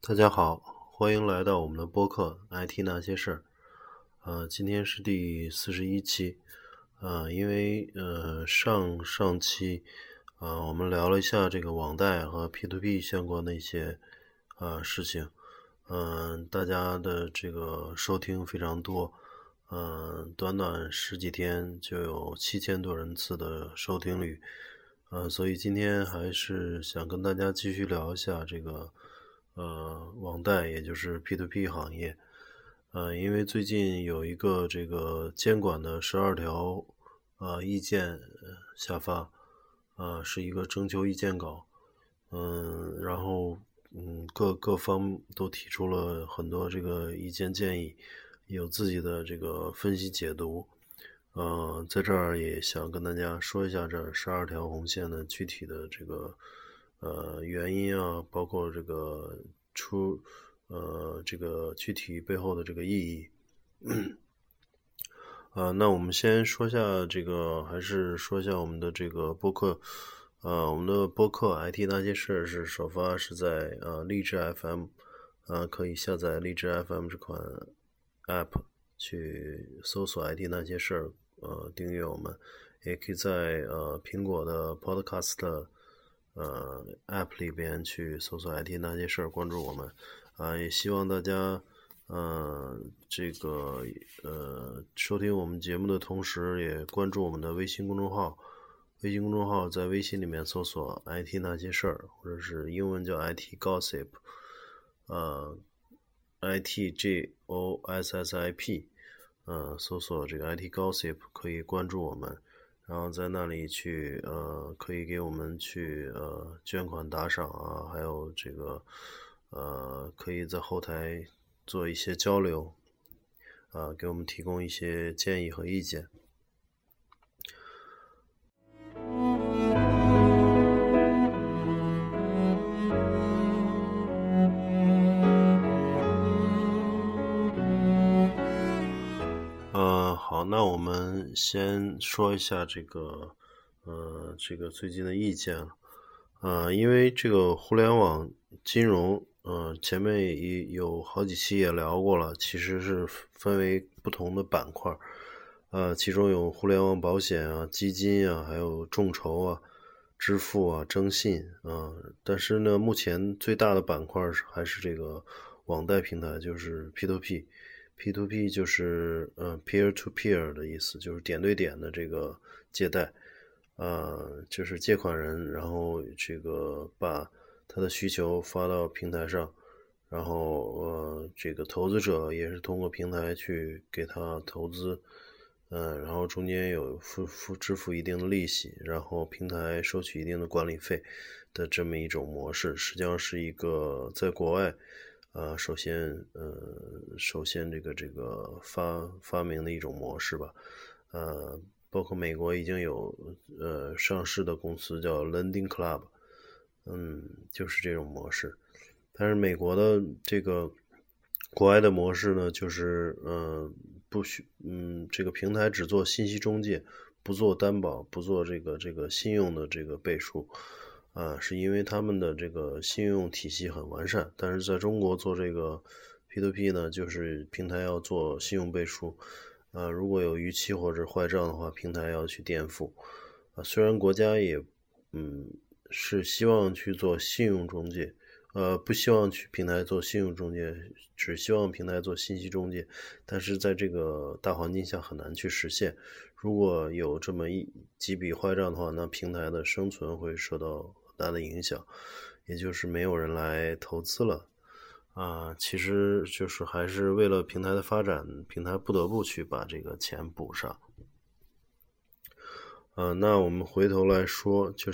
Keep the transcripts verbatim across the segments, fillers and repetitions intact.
大家好，欢迎来到我们的播客 I T 那些事儿。呃，今天是第四十一期。呃，因为呃上上期呃我们聊了一下这个网贷和 P to P 相关的一些呃事情。嗯、呃，大家的这个收听非常多，嗯、呃，短短十几天就有七千多人次的收听率。呃，所以今天还是想跟大家继续聊一下这个呃网贷，也就是 P to P 行业。呃，因为最近有一个这个监管的十二条呃意见呃下发，呃是一个征求意见稿。嗯，然后嗯各各方都提出了很多这个意见建议，有自己的这个分析解读。呃，在这儿也想跟大家说一下这十二条红线的具体的这个呃原因啊，包括这个出呃这个具体背后的这个意义。呃，那我们先说一下这个，还是说一下我们的这个播客。呃，我们的播客 I T 那些事是首发是在呃荔枝 F M， 呃，可以下载荔枝 F M 这款 App 去搜索 I T 那些事，呃，订阅我们，也可以在呃苹果的 Podcast 呃 App 里边去搜索 I T 那些事，关注我们。啊、呃，也希望大家。呃，这个呃，收听我们节目的同时，也关注我们的微信公众号。微信公众号在微信里面搜索 I T 那些事儿，或者是英文叫 I T Gossip， 呃 I T G O S S I P， 呃，搜索这个 I T Gossip 可以关注我们，然后在那里去呃，可以给我们去呃捐款打赏啊，还有这个呃，可以在后台做一些交流，啊，给我们提供一些建议和意见。呃，好，那我们先说一下这个，呃，这个最近的意见了。呃，因为这个互联网金融，呃，前面也有好几期也聊过了，其实是分为不同的板块，呃，其中有互联网保险啊、基金啊，还有众筹啊、支付啊、征信啊。但是呢，目前最大的板块还是这个网贷平台，就是 P to P。P to P 就是呃 peer to peer 的意思，就是点对点的这个借贷。呃，就是借款人，然后这个把他的需求发到平台上，然后呃，这个投资者也是通过平台去给他投资，呃，然后中间有付付支付一定的利息，然后平台收取一定的管理费的这么一种模式，实际上是一个在国外，呃，首先呃，首先这个这个发发明的一种模式吧，呃。包括美国已经有呃上市的公司叫 Lending Club， 嗯，就是这种模式。但是美国的这个国外的模式呢，就是呃不许嗯这个平台只做信息中介，不做担保，不做这个这个信用的这个背书，啊、是因为他们的这个信用体系很完善。但是在中国做这个 P to P 呢，就是平台要做信用背书。呃，如果有逾期或者坏账的话，平台要去垫付。啊，虽然国家也，嗯，是希望去做信用中介，呃，不希望去平台做信用中介，只希望平台做信息中介，但是在这个大环境下很难去实现。如果有这么一几笔坏账的话，那平台的生存会受到很大的影响，也就是没有人来投资了。啊，其实就是还是为了平台的发展，平台不得不去把这个钱补上。呃，那我们回头来说，就是，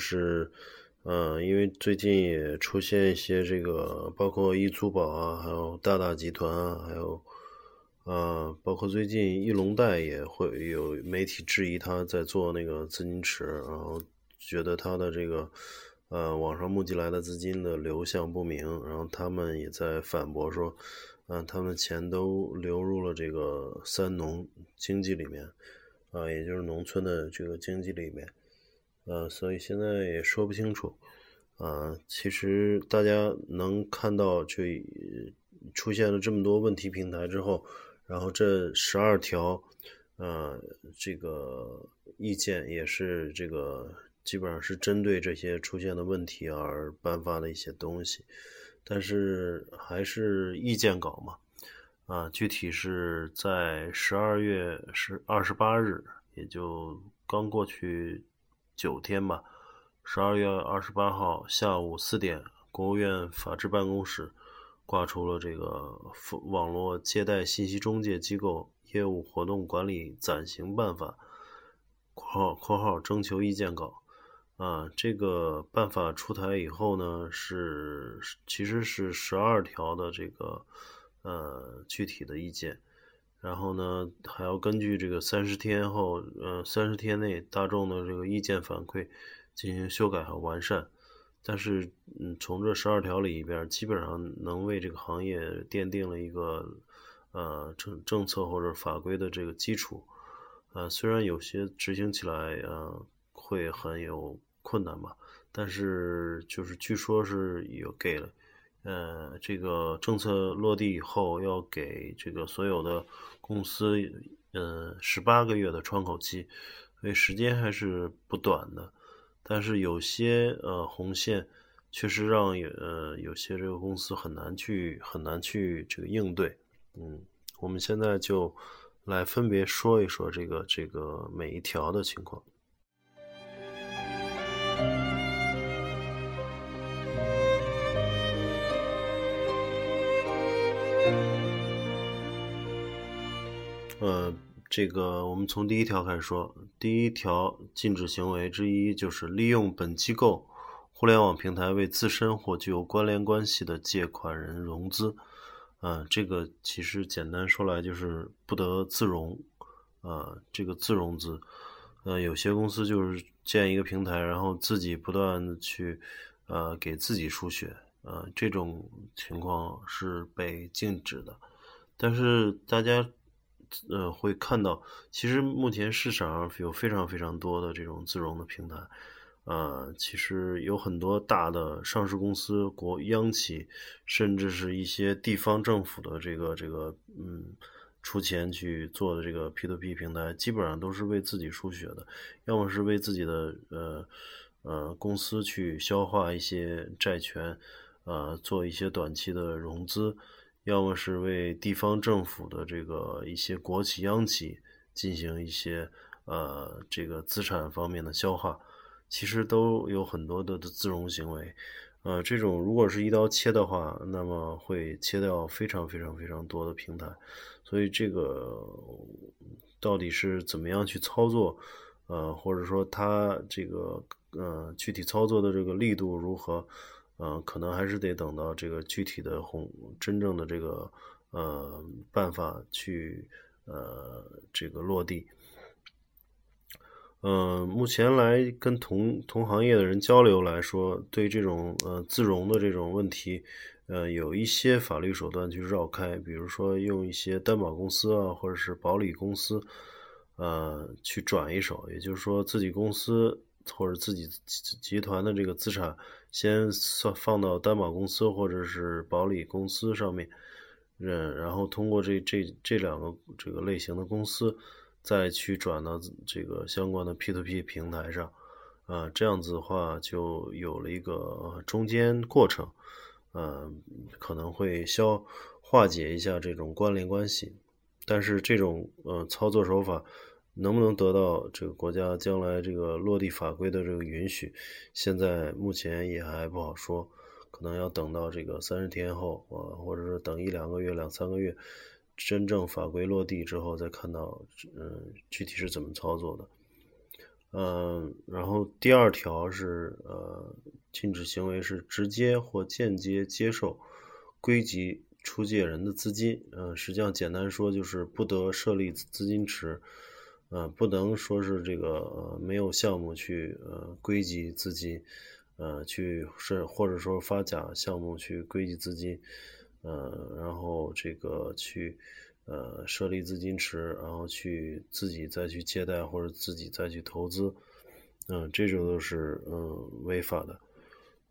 呃，因为最近也出现一些这个，包括易租宝啊，还有大大集团啊，还有，呃，包括最近易龙贷也会有媒体质疑他在做那个资金池，然后觉得他的这个。呃，网上募集来的资金的流向不明，然后他们也在反驳说，嗯、呃，他们钱都流入了这个三农经济里面，啊、呃，也就是农村的这个经济里面，呃，所以现在也说不清楚， 呃，其实大家能看到这出现了这么多问题平台之后，然后这十二条呃，这个意见也是这个基本上是针对这些出现的问题而颁发的一些东西。但是还是意见稿嘛，啊，具体是在十二月二十八日，也就刚过去九天吧，十二月二十八号下午四点，国务院法制办公室挂出了这个网络借贷信息中介机构业务活动管理暂行办法（括号括号征求意见稿）。啊，这个办法出台以后呢，是其实是十二条的这个呃具体的意见，然后呢还要根据这个三十天后，呃三十天内大众的这个意见反馈进行修改和完善。但是，嗯，从这十二条里边，基本上能为这个行业奠定了一个呃政政策或者法规的这个基础。呃，虽然有些执行起来呃会很有困难吧，但是就是据说是有给了，呃，这个政策落地以后要给这个所有的公司，呃，十八个月的窗口期，所以时间还是不短的。但是有些呃红线确实让有呃有些这个公司很难去很难去这个应对。嗯，我们现在就来分别说一说这个这个每一条的情况。呃，这个我们从第一条开始说。第一条禁止行为之一就是利用本机构互联网平台为自身或具有关联关系的借款人融资。呃，这个其实简单说来就是不得自融。呃，这个自融资，呃，有些公司就是建一个平台，然后自己不断的去呃给自己输血，呃，这种情况是被禁止的。但是大家呃会看到，其实目前市场上有非常非常多的这种自融的平台。呃，其实有很多大的上市公司、国央企，甚至是一些地方政府的这个这个嗯出钱去做的这个 P to P 平台，基本上都是为自己输血的，要么是为自己的呃呃公司去消化一些债权，呃做一些短期的融资，要么是为地方政府的这个一些国企央企进行一些呃这个资产方面的消化。其实都有很多的自融行为。呃，这种如果是一刀切的话，那么会切掉非常非常非常多的平台。所以这个到底是怎么样去操作，呃，或者说它这个呃具体操作的这个力度如何，呃，可能还是得等到这个具体的红真正的这个呃办法去呃这个落地。呃，目前来跟同同行业的人交流来说，对这种呃自融的这种问题，呃，有一些法律手段去绕开，比如说用一些担保公司啊，或者是保理公司，呃，去转一手，也就是说自己公司或者自己集集团的这个资产，先算放到担保公司或者是保理公司上面，嗯，然后通过这这这两个这个类型的公司，再去转到这个相关的 P to P 平台上。啊，这样子的话就有了一个中间过程，呃，可能会消化解一下这种关联关系。但是这种呃操作手法能不能得到这个国家将来这个落地法规的这个允许，现在目前也还不好说，可能要等到这个三十天后，呃，或者是等一两个月、两三个月，真正法规落地之后再看到，嗯，具体是怎么操作的。呃，然后第二条是呃，禁止行为是直接或间接接受归集出借人的资金。呃，实际上简单说就是不得设立资金池，呃，不能说是这个呃没有项目去呃归集资金，呃，去是或者说发假项目去归集资金，呃，然后这个去呃设立资金池，然后去自己再去借贷或者自己再去投资，嗯、这种都是嗯违法的。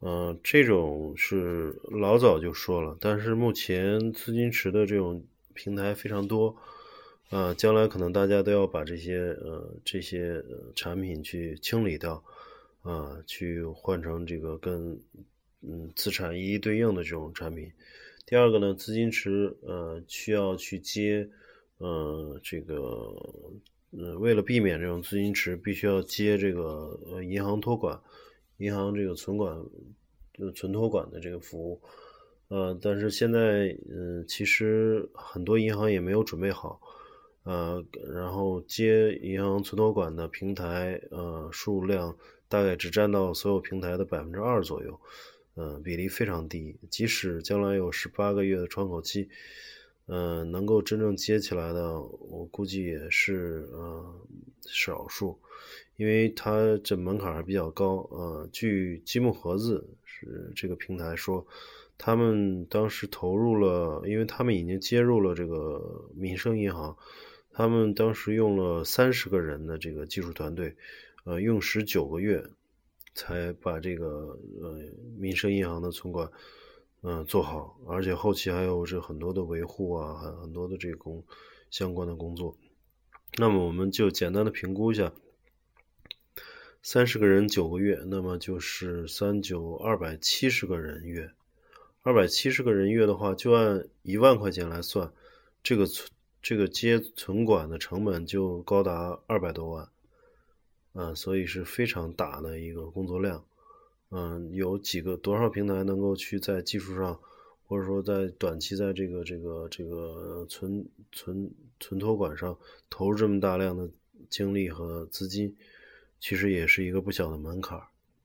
呃，这种是老早就说了，但是目前资金池的这种平台非常多，呃，将来可能大家都要把这些呃这些呃产品去清理掉，啊、去换成这个跟嗯资产一一对应的这种产品。第二个呢，资金池呃需要去接呃这个呃为了避免这种资金池，必须要接这个呃银行托管。银行这个存管呃存托管的这个服务。呃，但是现在嗯，其实很多银行也没有准备好，呃，然后接银行存托管的平台，呃，数量大概只占到所有平台的百分之二左右，呃，比例非常低。即使将来有十八个月的窗口期，呃，能够真正接起来的，我估计也是呃少数。因为它这门槛还比较高，呃，据积木盒子是这个平台说，他们当时投入了，因为他们已经接入了这个民生银行，他们当时用了三十个人的这个技术团队，呃，用时九个月才把这个呃民生银行的存管嗯、呃做好，而且后期还有这很多的维护啊，还有很多的这个工相关的工作。那么我们就简单的评估一下。三十个人九个月，那么就是三九二百七十个人月。二百七十个人月的话，就按一万块钱来算，这个存这个接存管的成本就高达二百多万。啊，所以是非常大的一个工作量。嗯，有几个多少平台能够去在技术上，或者说在短期在这个这个这个存存存托管上投入这么大量的精力和资金，其实也是一个不小的门槛。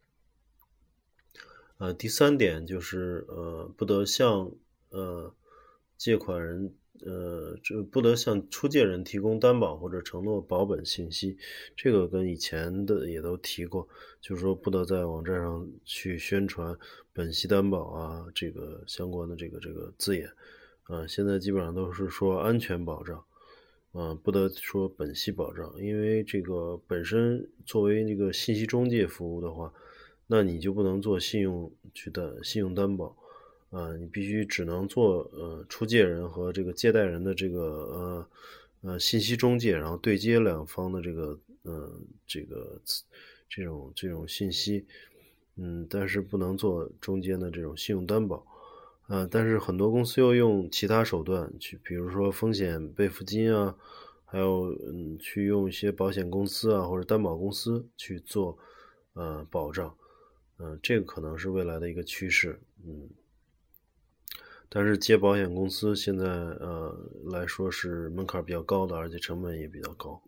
呃，第三点就是呃，不得向呃借款人呃，这不得向出借人提供担保或者承诺保本信息。这个跟以前的也都提过，就是说不得在网站上去宣传本息担保啊，这个相关的这个这个字眼。啊、现在基本上都是说安全保障。啊、不得说本息保障，因为这个本身作为这个信息中介服务的话，那你就不能做信用去的信用担保。啊、你必须只能做呃出借人和这个借贷人的这个呃呃信息中介，然后对接两方的这个呃这个这种这种信息。嗯，但是不能做中间的这种信用担保。呃，但是很多公司又用其他手段去，比如说风险备付金啊，还有嗯，去用一些保险公司啊或者担保公司去做呃保障。嗯、呃，这个可能是未来的一个趋势。嗯，但是接保险公司现在呃来说是门槛比较高的，而且成本也比较高。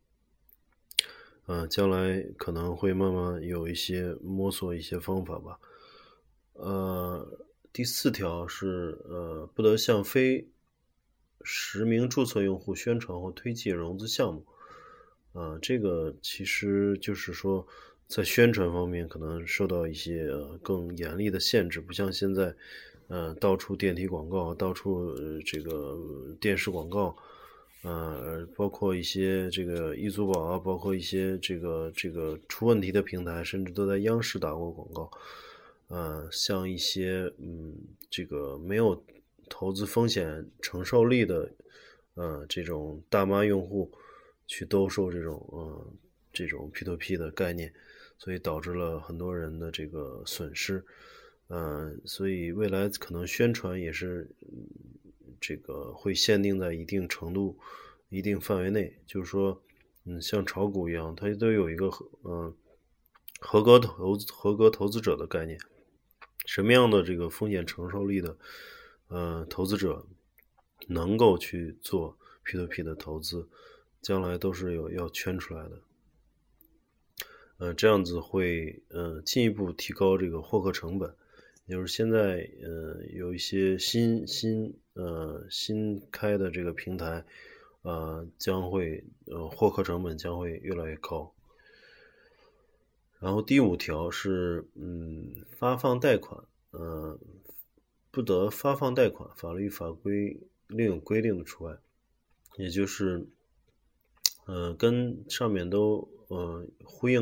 嗯，将来可能会慢慢有一些摸索一些方法吧。呃，第四条是呃，不得向非实名注册用户宣传或推介融资项目。啊，这个其实就是说，在宣传方面可能受到一些呃更严厉的限制，不像现在，呃，到处电梯广告，到处呃这个呃电视广告，呃，包括一些这个易租宝啊，包括一些这个这个出问题的平台，甚至都在央视打过广告。呃，像一些嗯，这个没有投资风险承受力的，呃，这种大妈用户去兜售这种呃这种 P to P 的概念，所以导致了很多人的这个损失。呃，所以未来可能宣传也是嗯这个会限定在一定程度、一定范围内，就是说，嗯，像炒股一样，它都有一个合嗯合格投资合格投资者的概念。什么样的这个风险承受力的呃投资者能够去做 P to P 的投资，将来都是有要圈出来的。呃，这样子会呃进一步提高这个获客成本。就是现在呃有一些新新呃新开的这个平台，呃将会呃获客成本将会越来越高。然后第五条是嗯发放贷款，呃不得发放贷款，法律法规另有规定的除外。也就是呃跟上面都呃呼应的吧。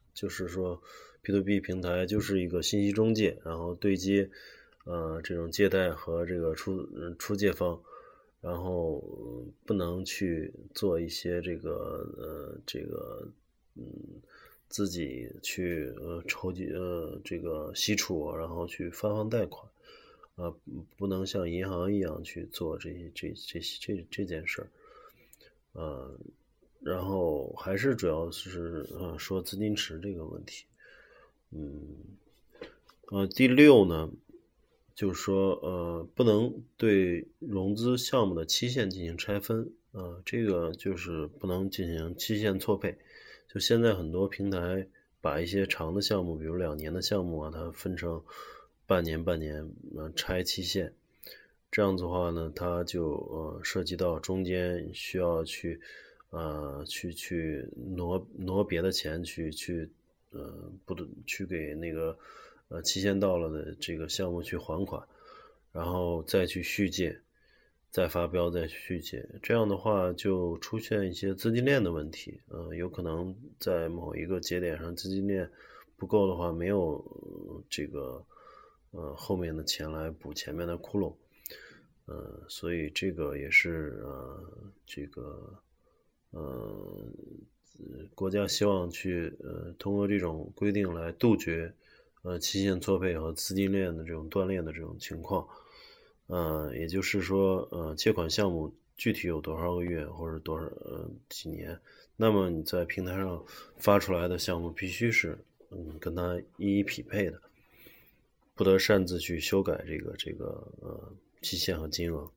就是说 P to P 平台就是一个信息中介，然后对接呃这种借贷和这个出出借方，然后不能去做一些这个呃这个嗯自己去呃筹集呃这个吸储，然后去发放贷款，啊、不能像银行一样去做这些这这这这件事儿，呃，然后还是主要是呃说资金池这个问题，嗯，呃，第六呢，就是说呃不能对融资项目的期限进行拆分，呃，这个就是不能进行期限错配。就现在很多平台把一些长的项目，比如两年的项目啊，它分成半年半年，呃，拆期限。这样子的话呢，它就呃涉及到中间需要去呃去去挪挪别的钱去去呃不去给那个呃期限到了的这个项目去还款，然后再去续借，再发标再续借，这样的话就出现一些资金链的问题，呃，有可能在某一个节点上资金链不够的话，没有呃这个呃后面的钱来补前面的窟窿，呃，所以这个也是呃这个呃国家希望去呃通过这种规定来杜绝呃期限错配和资金链的这种断裂的这种情况。呃，也就是说，呃，借款项目具体有多少个月或者多少呃几年，那么你在平台上发出来的项目必须是嗯跟它一一匹配的，不得擅自去修改这个这个呃期限和金额。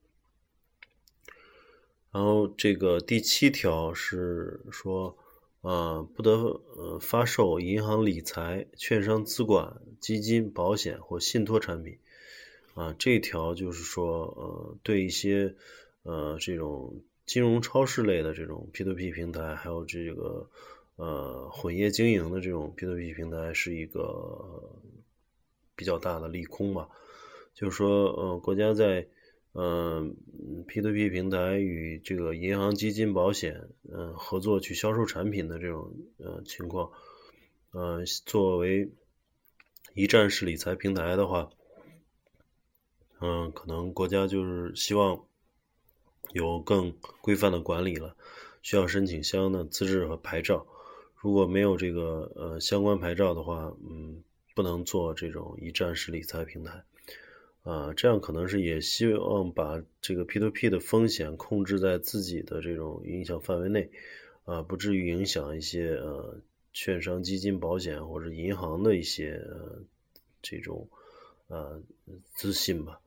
然后这个第七条是说，呃，不得呃发售银行理财、券商资管、基金、保险或信托产品。啊，这一条就是说，呃，对一些呃这种金融超市类的这种 P to P 平台，还有这个呃混业经营的这种 P to P 平台，是一个比较大的利空吧。就是说，呃，国家在呃 P to P 平台与这个银行、基金、保险，呃，合作去销售产品的这种呃情况，呃，作为一站式理财平台的话，嗯，可能国家就是希望有更规范的管理了，需要申请相应的资质和牌照。如果没有这个呃相关牌照的话，嗯，不能做这种一站式理财平台。啊，这样可能是也希望把这个 P to P 的风险控制在自己的这种影响范围内，啊，不至于影响一些呃券商、基金、保险或者银行的一些呃这种呃资信吧。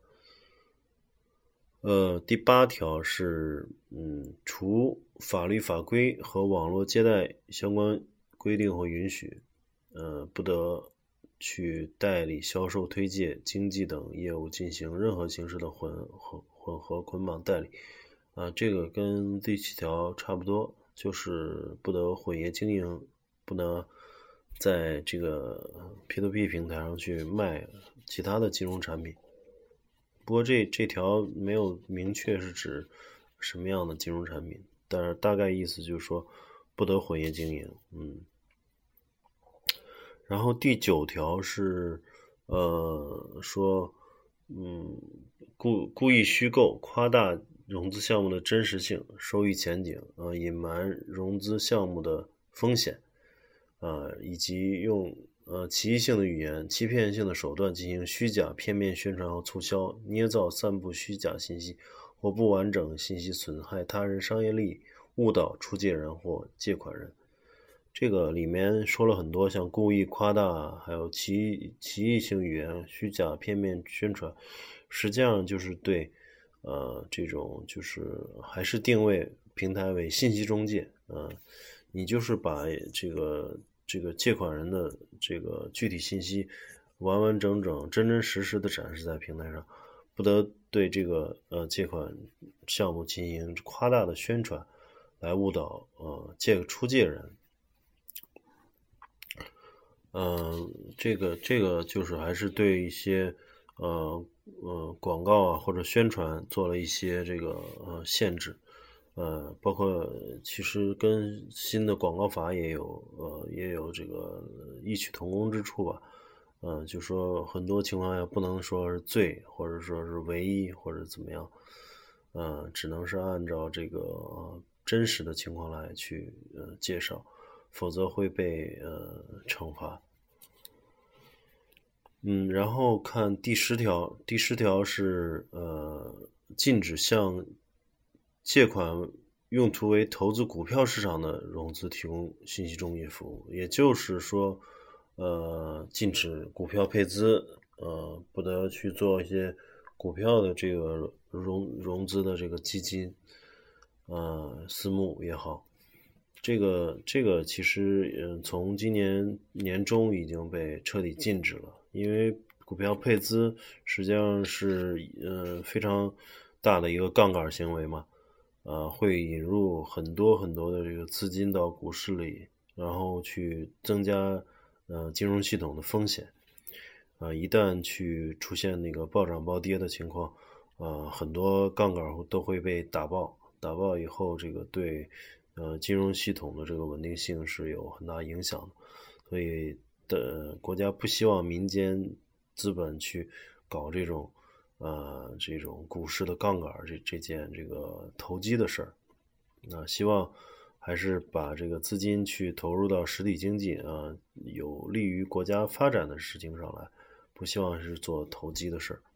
呃，第八条是，嗯，除法律法规和网络借贷相关规定或允许，呃，不得去代理、销售、推介、经纪等业务进行任何形式的混混混合捆绑代理。啊、这个跟第七条差不多，就是不得混业经营，不能在这个 P to P 平台上去卖其他的金融产品。不过这这条没有明确是指什么样的金融产品，但是大概意思就是说不得混业经营，嗯。然后第九条是，呃，说，嗯，故故意虚构、夸大融资项目的真实性、收益前景，呃，隐瞒融资项目的风险，呃，以及用呃歧义性的语言、欺骗性的手段进行虚假、片面宣传和促销，捏造、散布虚假信息或不完整信息，损害他人商业利益，误导出借人或借款人。这个里面说了很多，像故意夸大，还有歧歧义性语言、虚假片面宣传，实际上就是对，呃，这种就是还是定位平台为信息中介，呃，你就是把这个这个借款人的这个具体信息完完整整、真真实实的展示在平台上，不得对这个呃借款项目进行夸大的宣传，来误导呃借出借人。嗯，这个这个就是还是对一些呃呃广告啊或者宣传做了一些这个呃限制， 呃，包括其实跟新的广告法也有呃也有这个异曲同工之处吧。呃，就说很多情况下不能说是最，或者说是唯一，或者怎么样，呃，只能是按照这个、呃、真实的情况来去呃介绍，否则会被呃惩罚。嗯，然后看第十条，第十条是呃禁止向借款用途为投资股票市场的融资提供信息中介服务，也就是说，呃，禁止股票配资，呃，不得去做一些股票的这个融融资的这个基金，呃，私募也好。这个这个其实，嗯，从今年年中已经被彻底禁止了，因为股票配资实际上是呃非常大的一个杠杆行为嘛，呃，会引入很多很多的这个资金到股市里，然后去增加呃金融系统的风险，啊、呃，一旦去出现那个暴涨暴跌的情况，呃，很多杠杆都会被打爆，打爆以后，这个对。呃，金融系统的这个稳定性是有很大影响的，所以的国家不希望民间资本去搞这种呃这种股市的杠杆这这件这个投机的事儿，那希望还是把这个资金去投入到实体经济啊、呃，有利于国家发展的事情上来，不希望是做投机的事儿。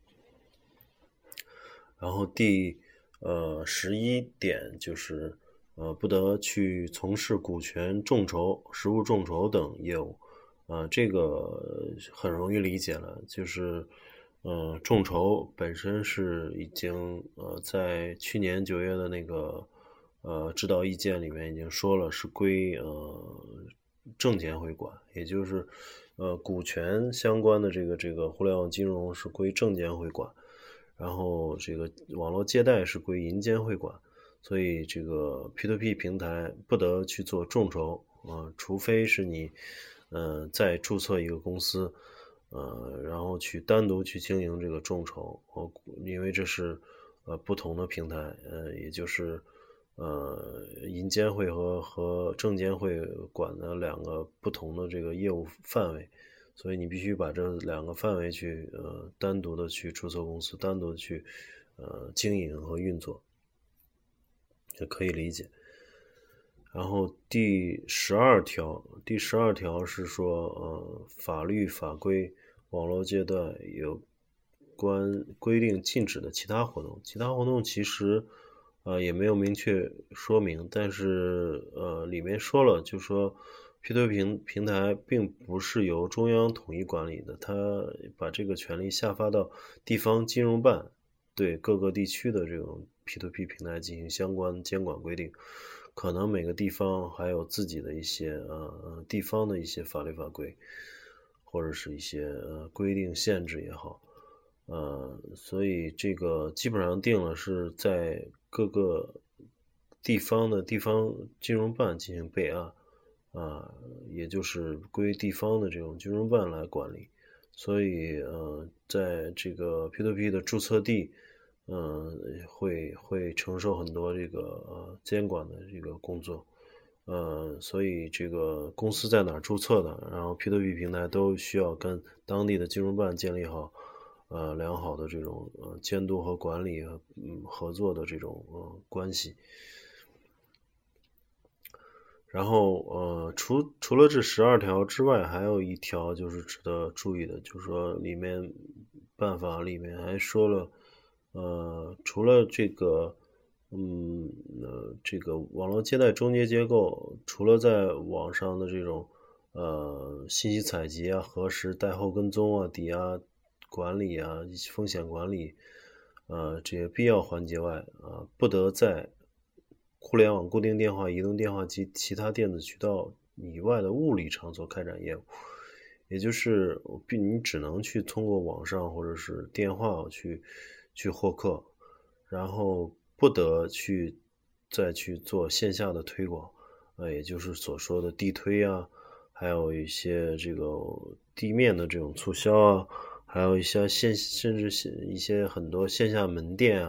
然后第呃十一点就是。呃，不得去从事股权众筹、实物众筹等业务，呃，这个很容易理解了，就是，呃，众筹本身是已经呃在去年九月的那个呃指导意见里面已经说了，是归呃证监会管，也就是呃股权相关的这个这个互联网金融是归证监会管，然后这个网络借贷是归银监会管。所以这个 P to P 平台不得去做众筹啊、呃，除非是你呃再注册一个公司，呃，然后去单独去经营这个众筹，呃、因为这是呃不同的平台，呃，也就是呃银监会和和证监会管的两个不同的这个业务范围，所以你必须把这两个范围去呃单独的去注册公司，单独的去呃经营和运作。也可以理解。然后第十二条，第十二条是说，呃，法律法规、网络借贷有关规定禁止的其他活动。其他活动其实，呃，也没有明确说明，但是，呃，里面说了，就说 P to P 平平台并不是由中央统一管理的，它把这个权利下发到地方金融办，对各个地区的这种 P to P 平台进行相关监管规定，可能每个地方还有自己的一些呃地方的一些法律法规，或者是一些呃规定限制也好，呃，所以这个基本上定了是在各个地方的地方金融办进行备案，啊、也就是归地方的这种金融办来管理。所以呃，在这个 P to P 的注册地，嗯，会会承受很多这个呃监管的这个工作，呃，所以这个公司在哪儿注册的，然后 P to P 平台都需要跟当地的金融办建立好呃良好的这种呃监督和管理和嗯合作的这种呃关系。然后呃，除除了这十二条之外，还有一条就是值得注意的，就是说里面办法里面还说了，呃，除了这个，嗯，呃，这个网络借贷中介机构，除了在网上的这种呃信息采集啊、核实、贷后跟踪啊、抵押管理啊、风险管理，呃，这些必要环节外，啊、不得在互联网固定电话、移动电话及其他电子渠道以外的物理场所开展业务，也就是你只能去通过网上或者是电话去去获客，然后不得去再去做线下的推广，呃，也就是所说的地推啊，还有一些这个地面的这种促销啊，还有一些线甚至一些很多线下门店啊。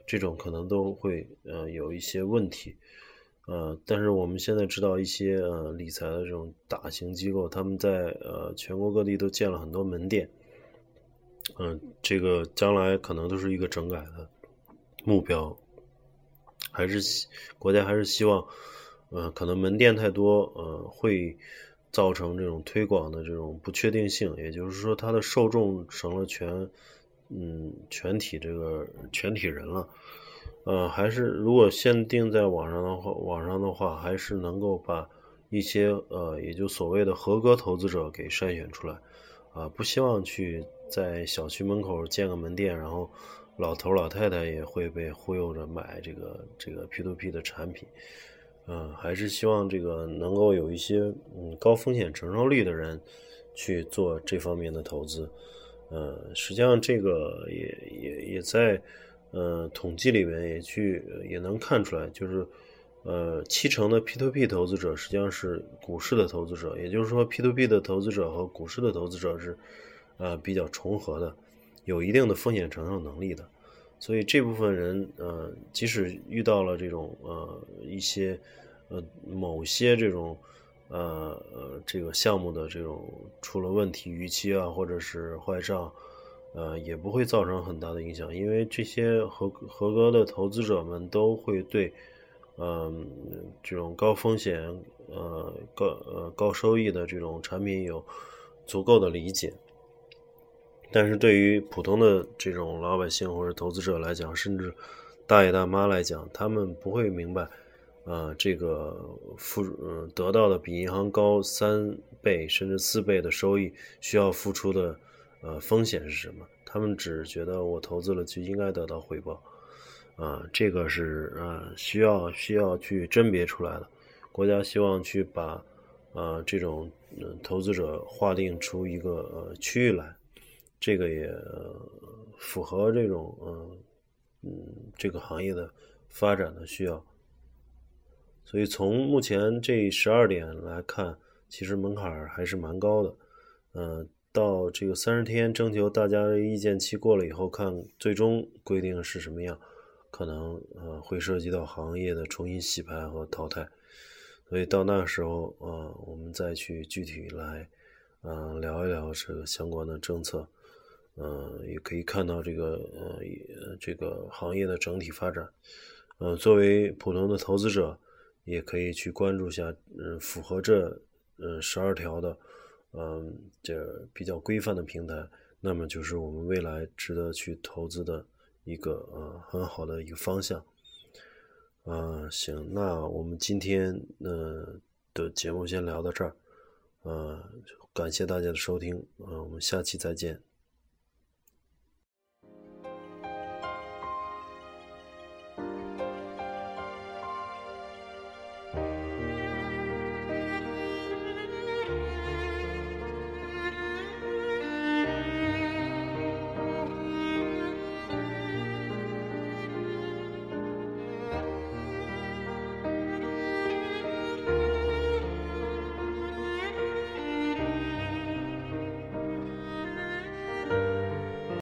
这种可能都会呃有一些问题。呃，但是我们现在知道一些呃理财的这种大型机构，他们在呃全国各地都建了很多门店，嗯、呃，这个将来可能都是一个整改的目标，还是希国家还是希望，呃，可能门店太多，呃，会造成这种推广的这种不确定性，也就是说，它的受众成了全，嗯，全体这个全体人了。呃，还是如果限定在网上的话，网上的话，还是能够把一些呃，也就所谓的合格投资者给筛选出来，啊、不希望去在小区门口建个门店，然后老头老太太也会被忽悠着买这个这个 P to P 的产品。呃，还是希望这个能够有一些嗯高风险承受力的人去做这方面的投资。呃，实际上这个也也也在呃统计里面也去也能看出来，就是呃七成的 P to P 投资者实际上是股市的投资者，也就是说 P to P 的投资者和股市的投资者是呃比较重合的，有一定的风险承受能力的。所以这部分人，呃，即使遇到了这种呃一些呃某些这种呃呃这个项目的这种出了问题，逾期啊或者是坏账，呃也不会造成很大的影响，因为这些合合格的投资者们都会对嗯、呃、这种高风险呃高呃高收益的这种产品有足够的理解。但是对于普通的这种老百姓或者投资者来讲，甚至大爷大妈来讲，他们不会明白，呃，这个付嗯得到的比银行高三倍甚至四倍的收益，需要付出的呃风险是什么？他们只觉得我投资了就应该得到回报，啊、呃，这个是呃需要需要去甄别出来的。国家希望去把呃这种、呃、投资者划定出一个呃区域来。这个也符合这种嗯嗯这个行业的发展的需要，所以从目前这十二点来看，其实门槛还是蛮高的。嗯、呃，到这个三十天征求大家的意见期过了以后，看最终规定是什么样，可能呃会涉及到行业的重新洗牌和淘汰。所以到那时候，呃，我们再去具体来，嗯、呃，聊一聊这个相关的政策。呃，也可以看到这个呃这个行业的整体发展。呃，作为普通的投资者，也可以去关注一下，嗯、呃，符合这呃十二条的，嗯、呃，这比较规范的平台，那么就是我们未来值得去投资的一个呃很好的一个方向。啊、呃，行，那我们今天呃的节目先聊到这儿，呃，感谢大家的收听，呃，我们下期再见。